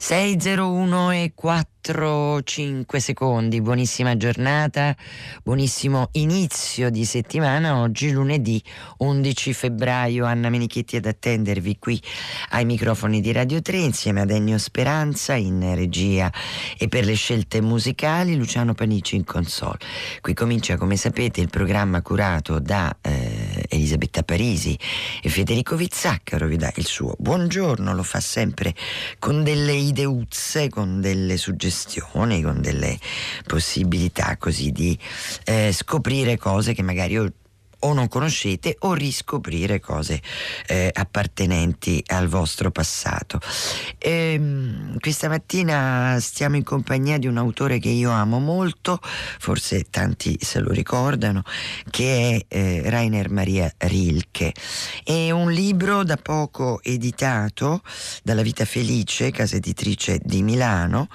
6:01 e 5 secondi. Buonissima giornata, buonissimo inizio di settimana. Oggi lunedì 11 febbraio. Anna Menichetti ad attendervi qui ai microfoni di Radio 3 insieme ad Ennio Speranza in regia e per le scelte musicali Luciano Panici in console. Qui comincia, come sapete, il programma curato da Elisabetta Parisi e Federico Vizzaccaro. Vi dà il suo buongiorno, lo fa sempre con delle ideuzze, con delle suggestioni, con delle possibilità così di scoprire cose che magari o non conoscete o riscoprire cose appartenenti al vostro passato. Questa mattina stiamo in compagnia di un autore che io amo molto, forse tanti se lo ricordano, che è Rainer Maria Rilke. È un libro da poco editato dalla Vita Felice, casa editrice di Milano,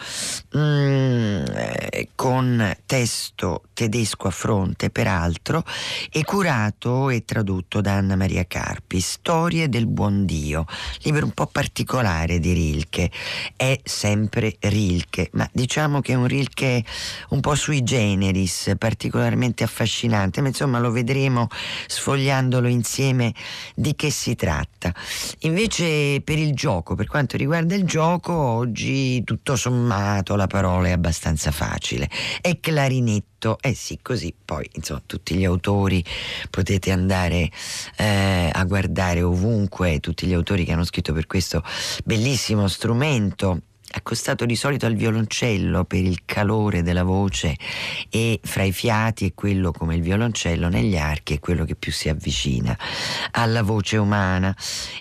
con testo tedesco a fronte peraltro, e curato e tradotto da Anna Maria Carpi. Storie del buon Dio, libro un po' particolare di Rilke. È sempre Rilke, ma diciamo che è un Rilke un po' sui generis, particolarmente affascinante, ma insomma lo vedremo sfogliandolo insieme di che si tratta. Invece per il gioco, per quanto riguarda il gioco, oggi tutto sommato la parola è abbastanza facile. È clarinetto. Sì, così poi insomma tutti gli autori potete andare a guardare ovunque, tutti gli autori che hanno scritto per questo bellissimo strumento, accostato di solito al violoncello per il calore della voce, e fra i fiati è quello, come il violoncello negli archi, è quello che più si avvicina alla voce umana.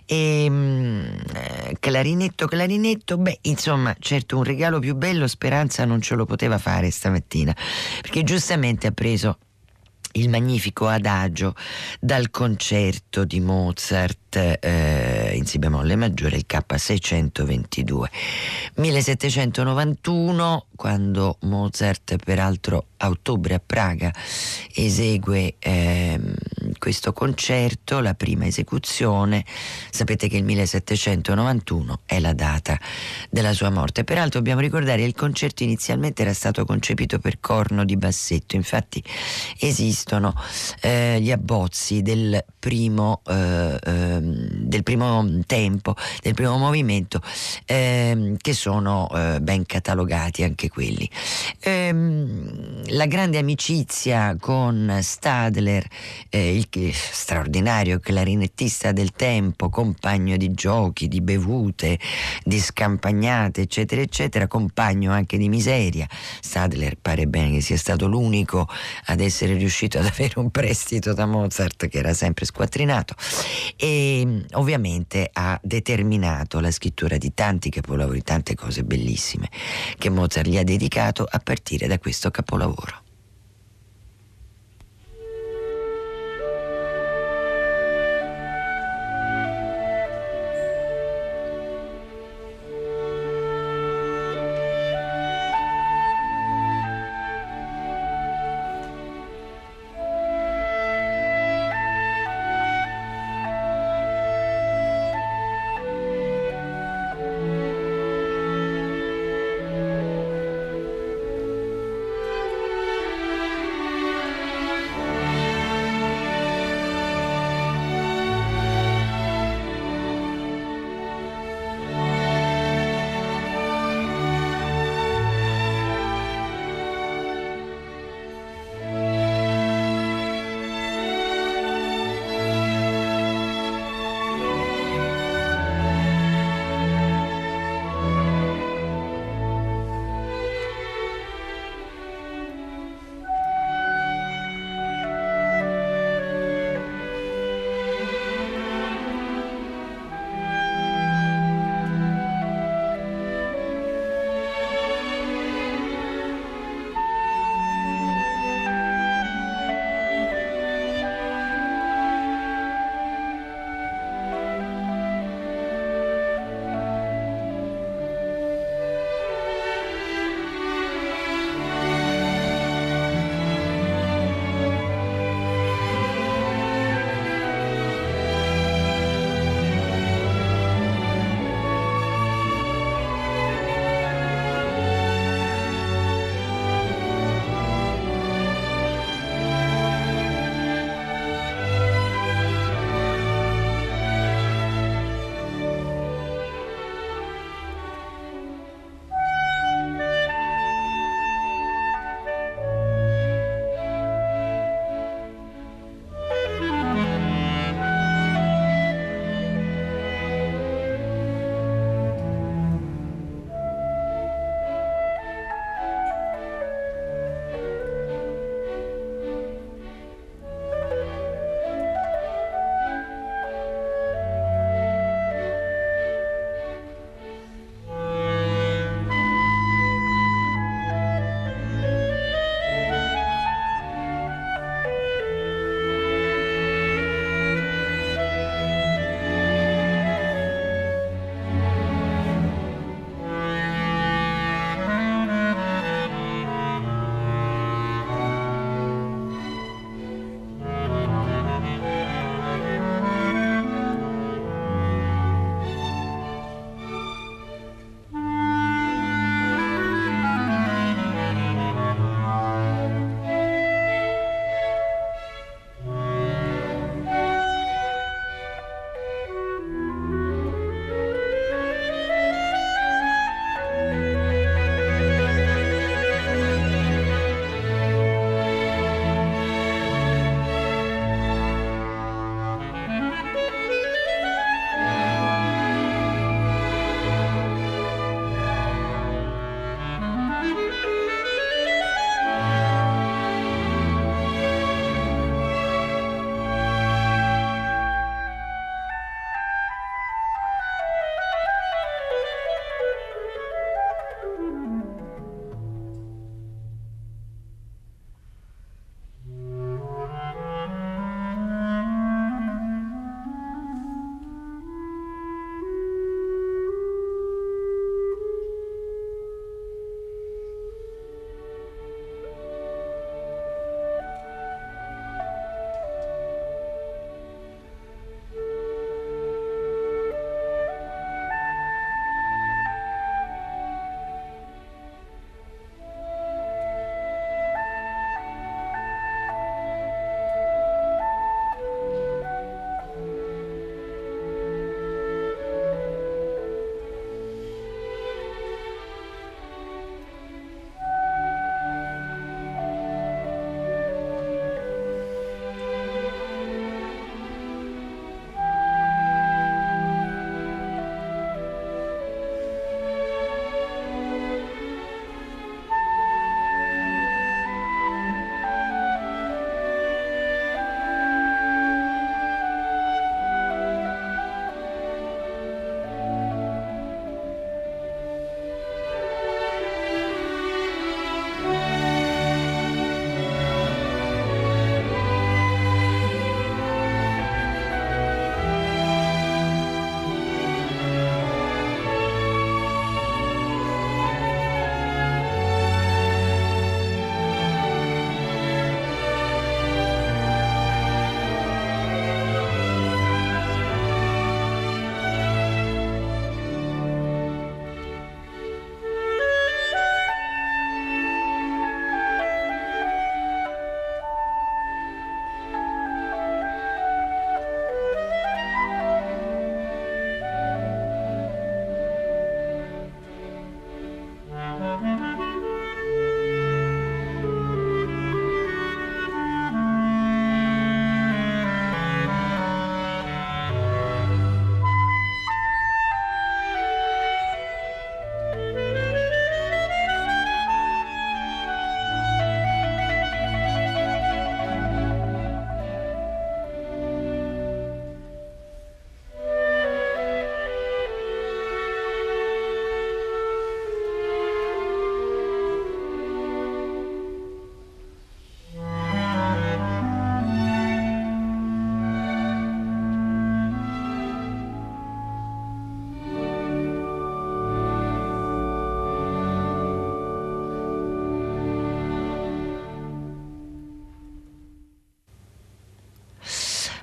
Clarinetto, beh, insomma, certo, un regalo più bello Speranza non ce lo poteva fare stamattina, perché giustamente ha preso il magnifico adagio dal concerto di Mozart in si bemolle maggiore, il K622, 1791, quando Mozart, peraltro a ottobre a Praga, esegue questo concerto, la prima esecuzione. Sapete che il 1791 è la data della sua morte. Peraltro dobbiamo ricordare che il concerto inizialmente era stato concepito per corno di bassetto, infatti esistono gli abbozzi del primo tempo, del primo movimento, che sono ben catalogati anche quelli. La grande amicizia con Stadler, il straordinario clarinettista del tempo, compagno di giochi, di bevute, di scampagnate, eccetera eccetera, compagno anche di miseria. Stadler pare bene che sia stato l'unico ad essere riuscito ad avere un prestito da Mozart, che era sempre squattrinato, e ovviamente ha determinato la scrittura di tanti capolavori, tante cose bellissime che Mozart gli ha dedicato a partire da questo capolavoro.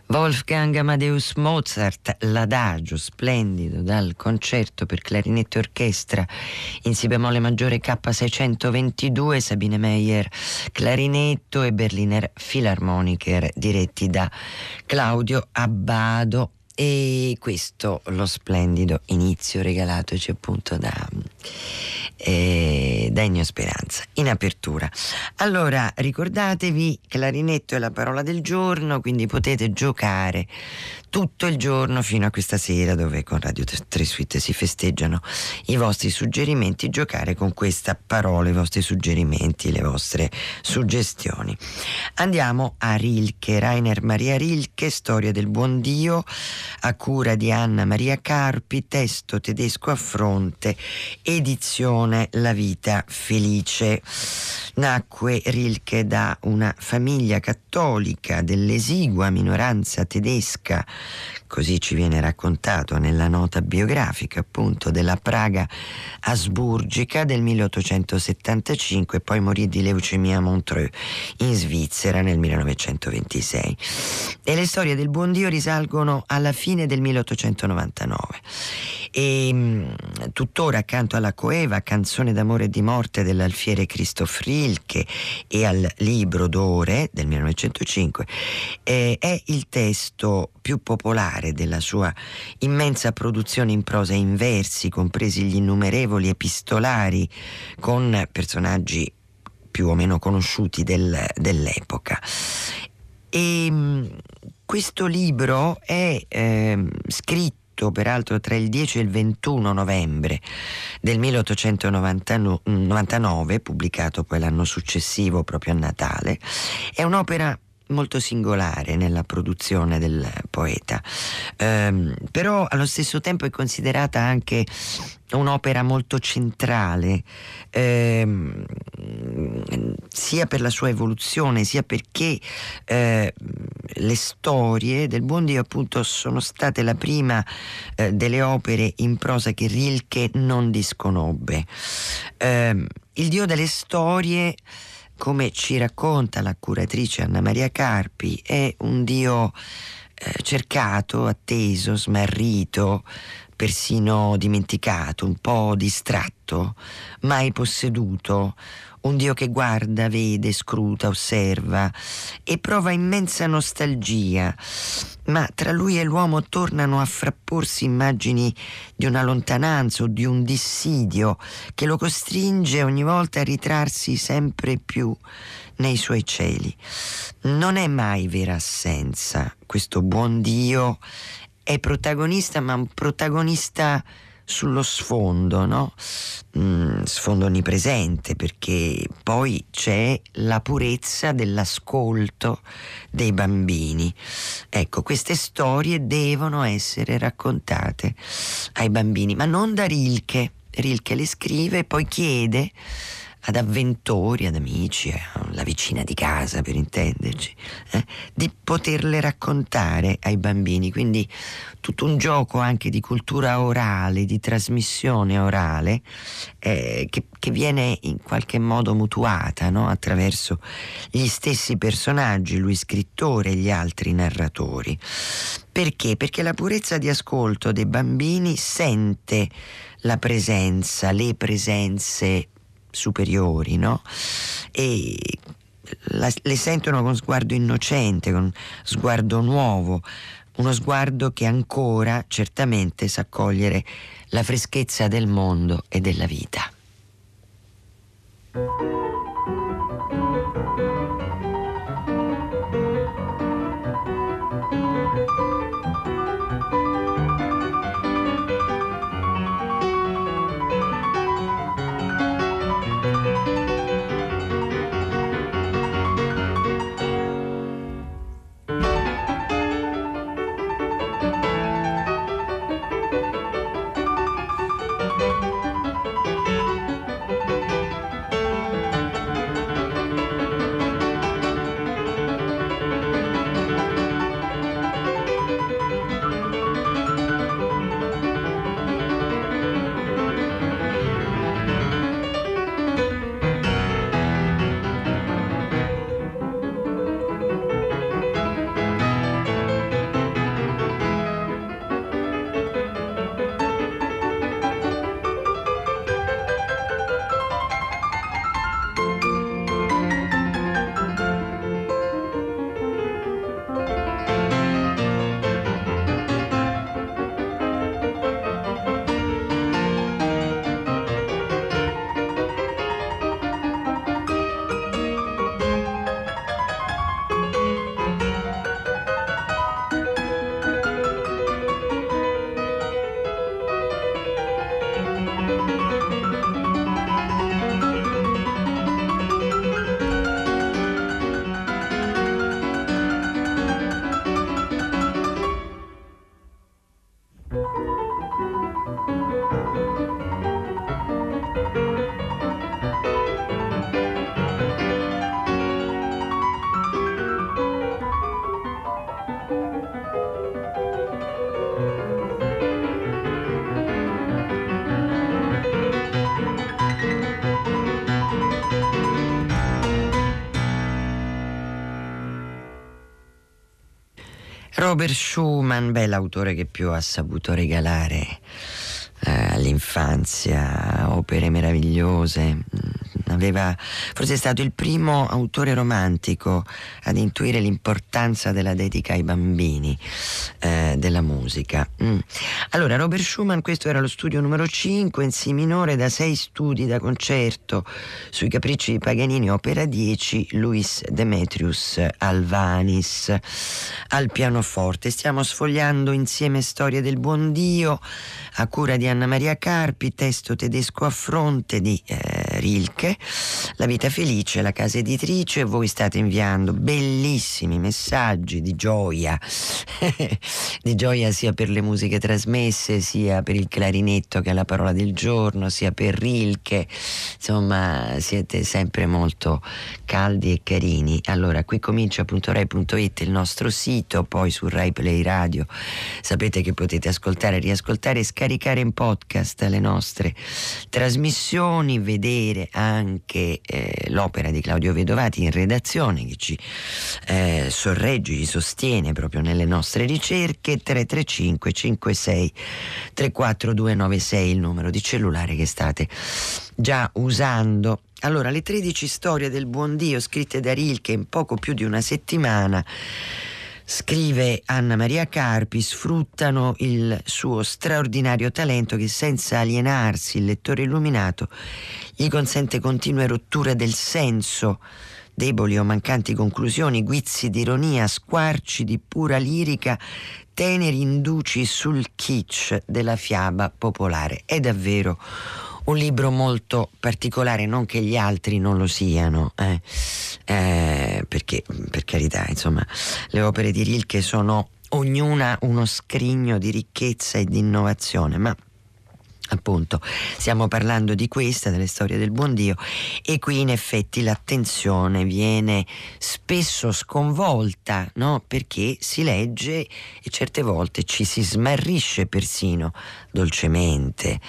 Wolfgang Amadeus Mozart, l'adagio splendido dal concerto per clarinetto e orchestra in si bemolle maggiore K622, Sabine Meyer clarinetto e Berliner Philharmoniker diretti da Claudio Abbado. E questo lo splendido inizio regalatoci appunto da Ennio Speranza in apertura. Allora ricordatevi, clarinetto è la parola del giorno, quindi potete giocare tutto il giorno fino a questa sera, dove con Radio 3 Suite si festeggiano i vostri suggerimenti, giocare con questa parola, i vostri suggerimenti, le vostre suggestioni. Andiamo a Rilke, Rainer Maria Rilke, Storia del buon Dio, a cura di Anna Maria Carpi, testo tedesco a fronte, edizione La vita felice. Nacque Rilke da una famiglia cattolica dell'esigua minoranza tedesca, così ci viene raccontato nella nota biografica appunto della Praga asburgica del 1875, e poi morì di leucemia a Montreux in Svizzera nel 1926. E le storie del buon Dio risalgono alla fine del 1899 e tuttora accanto alla coeva Canzone d'amore e di morte dell'alfiere Christoph Rilke e al Libro d'ore del 1905 è il testo più popolare della sua immensa produzione in prosa e in versi, compresi gli innumerevoli epistolari con personaggi più o meno conosciuti dell'epoca. E questo libro è scritto peraltro tra il 10 e il 21 novembre del 1899, pubblicato poi l'anno successivo proprio a Natale. È un'opera molto singolare nella produzione del poeta, però allo stesso tempo è considerata anche un'opera molto centrale, sia per la sua evoluzione, sia perché le storie del buon Dio appunto sono state la prima delle opere in prosa che Rilke non disconobbe. Il Dio delle storie, come ci racconta la curatrice Anna Maria Carpi, è un Dio cercato, atteso, smarrito, persino dimenticato, un po' distratto, mai posseduto, un Dio che guarda, vede, scruta, osserva e prova immensa nostalgia, ma tra lui e l'uomo tornano a frapporsi immagini di una lontananza o di un dissidio che lo costringe ogni volta a ritrarsi sempre più nei suoi cieli. Non è mai vera assenza, questo buon Dio è protagonista, ma un protagonista sullo sfondo, no? Sfondo onnipresente, perché poi c'è la purezza dell'ascolto dei bambini. Ecco, queste storie devono essere raccontate ai bambini, ma non da Rilke. Rilke le scrive e poi chiede ad avventori, ad amici, alla vicina di casa per intenderci, di poterle raccontare ai bambini. Quindi tutto un gioco anche di cultura orale, di trasmissione orale, che viene in qualche modo mutuata, no? Attraverso gli stessi personaggi, lui scrittore e gli altri narratori. Perché? Perché la purezza di ascolto dei bambini sente la presenza, le presenze superiori, no? E le sentono con sguardo innocente, con sguardo nuovo, uno sguardo che ancora certamente sa cogliere la freschezza del mondo e della vita. Robert Schumann, l'autore che più ha saputo regalare all'infanzia opere meravigliose. Forse è stato il primo autore romantico ad intuire l'importanza della dedica ai bambini della musica. Allora, Robert Schumann, questo era lo studio numero 5 in Si minore, da 6 studi da concerto sui capricci di Paganini, opera 10, Luis Demetrius Alvanis al pianoforte. Stiamo sfogliando insieme Storia del buon Dio a cura di Anna Maria Carpi, testo tedesco a fronte di Rilke, La vita felice, la casa editrice. Voi state inviando bellissimi messaggi di gioia di gioia sia per le musiche trasmesse, sia per il clarinetto che è la parola del giorno, sia per Rilke. Insomma, siete sempre molto caldi e carini. Allora, qui comincia.rai.it, il nostro sito, poi su Rai Play Radio sapete che potete ascoltare, riascoltare e scaricare in podcast le nostre trasmissioni, vedere anche l'opera di Claudio Vedovati in redazione, che ci sorregge, ci sostiene proprio nelle nostre ricerche. 335 56 34 296 il numero di cellulare che state già usando. Allora, le 13 storie del buon Dio scritte da Rilke in poco più di una settimana, scrive Anna Maria Carpi, sfruttano il suo straordinario talento che, senza alienarsi il lettore illuminato, gli consente continue rotture del senso, deboli o mancanti conclusioni, guizzi di ironia, squarci di pura lirica, teneri indugi sul kitsch della fiaba popolare. È davvero un libro molto particolare, non che gli altri non lo siano, perché, per carità, insomma, le opere di Rilke sono ognuna uno scrigno di ricchezza e di innovazione, ma appunto stiamo parlando di questa, delle storie del buon Dio, e qui in effetti l'attenzione viene spesso sconvolta, no? Perché si legge e certe volte ci si smarrisce persino dolcemente,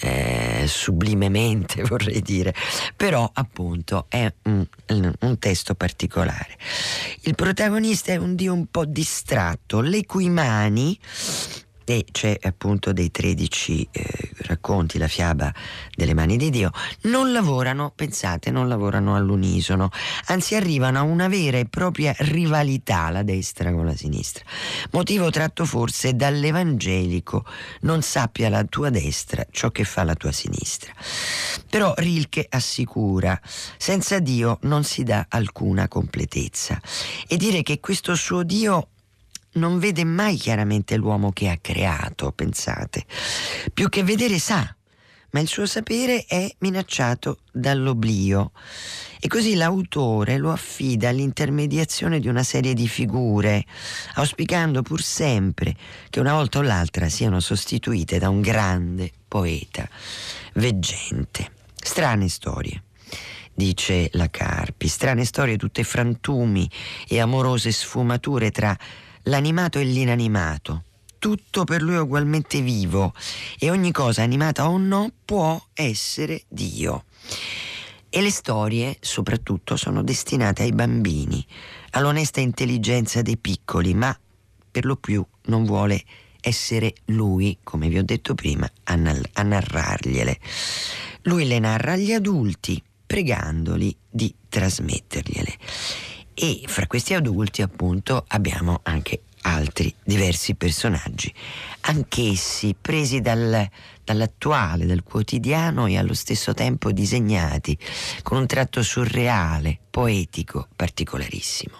sublimemente vorrei dire, però appunto è un testo particolare. Il protagonista è un Dio un po' distratto, le cui mani, e c'è appunto dei 13 racconti, la fiaba delle mani di Dio, non lavorano, pensate, non lavorano all'unisono, anzi arrivano a una vera e propria rivalità, la destra con la sinistra, motivo tratto forse dall'evangelico non sappia la tua destra ciò che fa la tua sinistra. Però Rilke assicura, senza Dio non si dà alcuna completezza, e dire che questo suo Dio non vede mai chiaramente l'uomo che ha creato, pensate. Più che vedere sa, ma il suo sapere è minacciato dall'oblio. E così l'autore lo affida all'intermediazione di una serie di figure, auspicando pur sempre che una volta o l'altra siano sostituite da un grande poeta veggente. Strane storie, dice la Carpi, strane storie, tutte frantumi e amorose sfumature tra l'animato e l'inanimato, tutto per lui ugualmente vivo, e ogni cosa, animata o no, può essere Dio. E le storie, soprattutto, sono destinate ai bambini, all'onesta intelligenza dei piccoli, ma per lo più non vuole essere lui, come vi ho detto prima, a narrargliele. Lui le narra agli adulti, pregandoli di trasmettergliele. E fra questi adulti, appunto, abbiamo anche altri diversi personaggi, anch'essi presi dall'attuale, dal quotidiano, e allo stesso tempo disegnati con un tratto surreale, poetico, particolarissimo.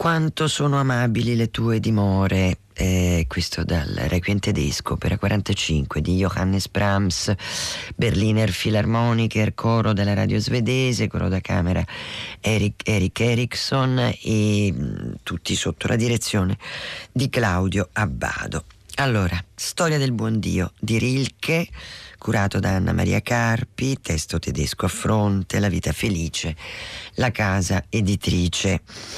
Quanto sono amabili le tue dimore, questo dal Requiem tedesco, opera 45 di Johannes Brahms, Berliner Philharmoniker, coro della radio svedese, coro da camera Erik Eriksson e tutti sotto la direzione di Claudio Abbado. Allora, Storia del buon Dio di Rilke, curato da Anna Maria Carpi, testo tedesco a fronte, La vita felice, la casa editrice.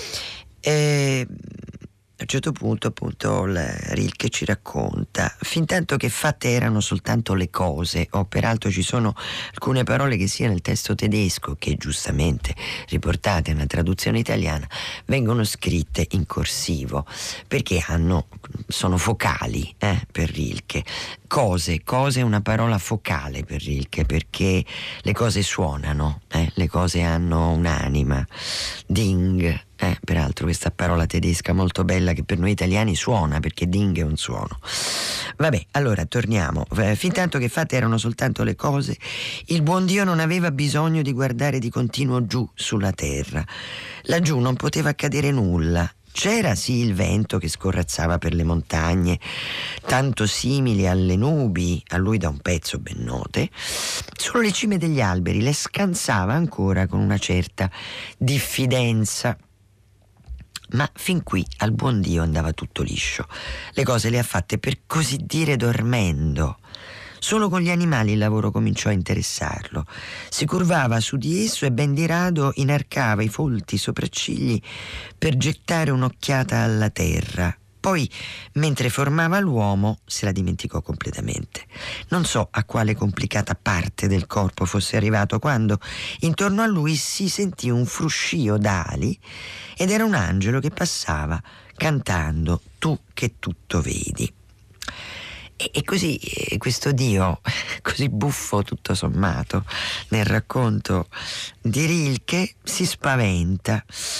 A un certo punto appunto Rilke ci racconta: fintanto che fatte erano soltanto le cose, o peraltro ci sono alcune parole che sia nel testo tedesco che giustamente riportate nella traduzione italiana vengono scritte in corsivo perché sono focali per Rilke. Cose è una parola focale per Rilke perché le cose suonano, le cose hanno un'anima. Ding, peraltro questa parola tedesca molto bella che per noi italiani suona, perché ding è un suono. Vabbè, allora torniamo. Fintanto che fatte erano soltanto le cose, il buon Dio non aveva bisogno di guardare di continuo giù sulla terra. Laggiù non poteva accadere nulla. C'era sì il vento che scorrazzava per le montagne, tanto simili alle nubi, a lui da un pezzo ben note. Solo le cime degli alberi le scansava ancora con una certa diffidenza. Ma fin qui al buon Dio andava tutto liscio. Le cose le ha fatte per così dire dormendo. Solo con gli animali il lavoro cominciò a interessarlo. Si curvava su di esso e ben di rado inarcava i folti sopraccigli per gettare un'occhiata alla terra. Poi, mentre formava l'uomo, se la dimenticò completamente. Non so a quale complicata parte del corpo fosse arrivato quando intorno a lui si sentì un fruscio d'ali ed era un angelo che passava cantando «Tu che tutto vedi». E così questo Dio, così buffo tutto sommato, nel racconto di Rilke, si spaventa.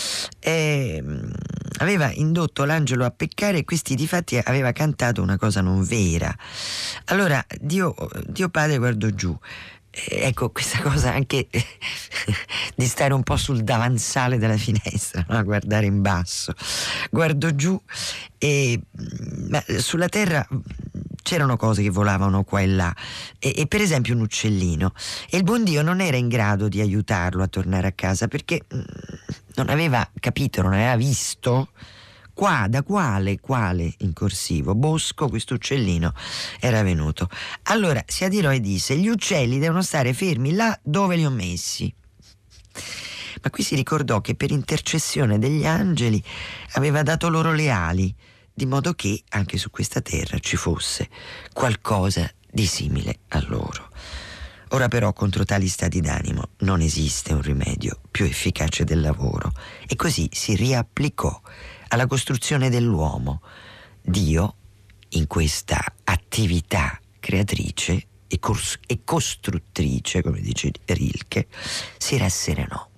Aveva indotto l'angelo a peccare e questi difatti aveva cantato una cosa non vera. Allora Dio Padre guardò giù. Ecco, questa cosa anche di stare un po' sul davanzale della finestra, no? A guardare in basso. Guardò giù ma sulla terra c'erano cose che volavano qua e là e per esempio un uccellino, e il buon Dio non era in grado di aiutarlo a tornare a casa perché non aveva capito, non aveva visto da quale in corsivo bosco questo uccellino era venuto. Allora si adirò e disse: gli uccelli devono stare fermi là dove li ho messi. Ma qui si ricordò che per intercessione degli angeli aveva dato loro le ali, di modo che anche su questa terra ci fosse qualcosa di simile a loro. Ora però contro tali stati d'animo non esiste un rimedio più efficace del lavoro, e così si riapplicò alla costruzione dell'uomo. Dio, in questa attività creatrice e costruttrice, come dice Rilke, si rasserenò.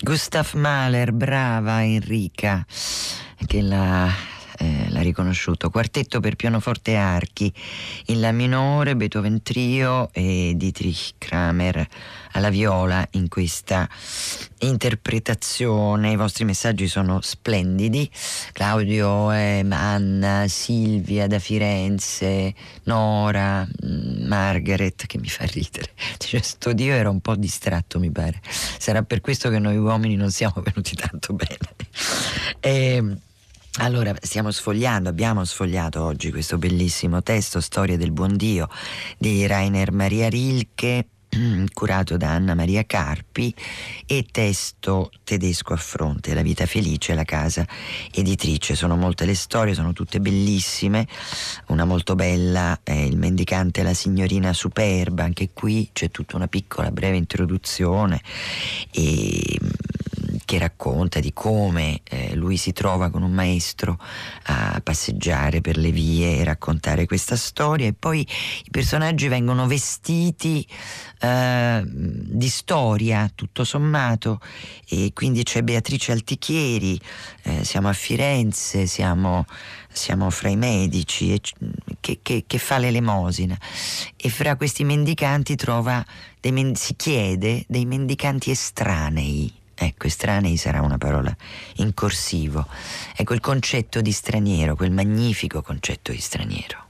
Gustav Mahler, brava Enrica, che l'ha riconosciuto. Quartetto per pianoforte e archi in La minore, Beethoven trio e Dietrich Kramer alla viola in questa interpretazione. I vostri messaggi sono splendidi. Claudio, Anna, Silvia da Firenze, Nora, Margaret, che mi fa ridere. Dice, sto Dio era un po' distratto, mi pare. Sarà per questo che noi uomini non siamo venuti tanto bene. Allora, abbiamo sfogliato oggi questo bellissimo testo, Storia del buon Dio, di Rainer Maria Rilke, curato da Anna Maria Carpi, e testo tedesco a fronte, La vita felice, la casa editrice. Sono molte le storie, sono tutte bellissime. Una molto bella è Il mendicante e la signorina superba, anche qui c'è tutta una piccola breve introduzione che racconta di come lui si trova con un maestro a passeggiare per le vie e raccontare questa storia, e poi i personaggi vengono vestiti di storia tutto sommato, e quindi c'è Beatrice Altichieri, siamo a Firenze, siamo fra i medici, che fa l'elemosina, e fra questi mendicanti trova si chiede dei mendicanti estranei. Ecco, estranei sarà una parola in corsivo. Ecco il concetto di straniero, quel magnifico concetto di straniero.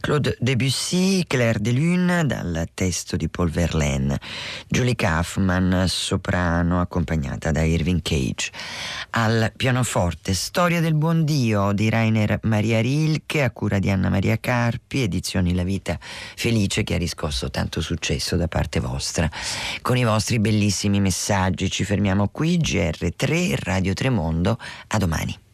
Claude Debussy, Clair de Lune dal testo di Paul Verlaine, Julie Kaufman soprano accompagnata da Irving Cage. Al pianoforte Storia del buon Dio di Rainer Maria Rilke a cura di Anna Maria Carpi, edizioni La Vita Felice, che ha riscosso tanto successo da parte vostra. Con i vostri bellissimi messaggi ci fermiamo qui. GR3 Radio Tremondo, a domani.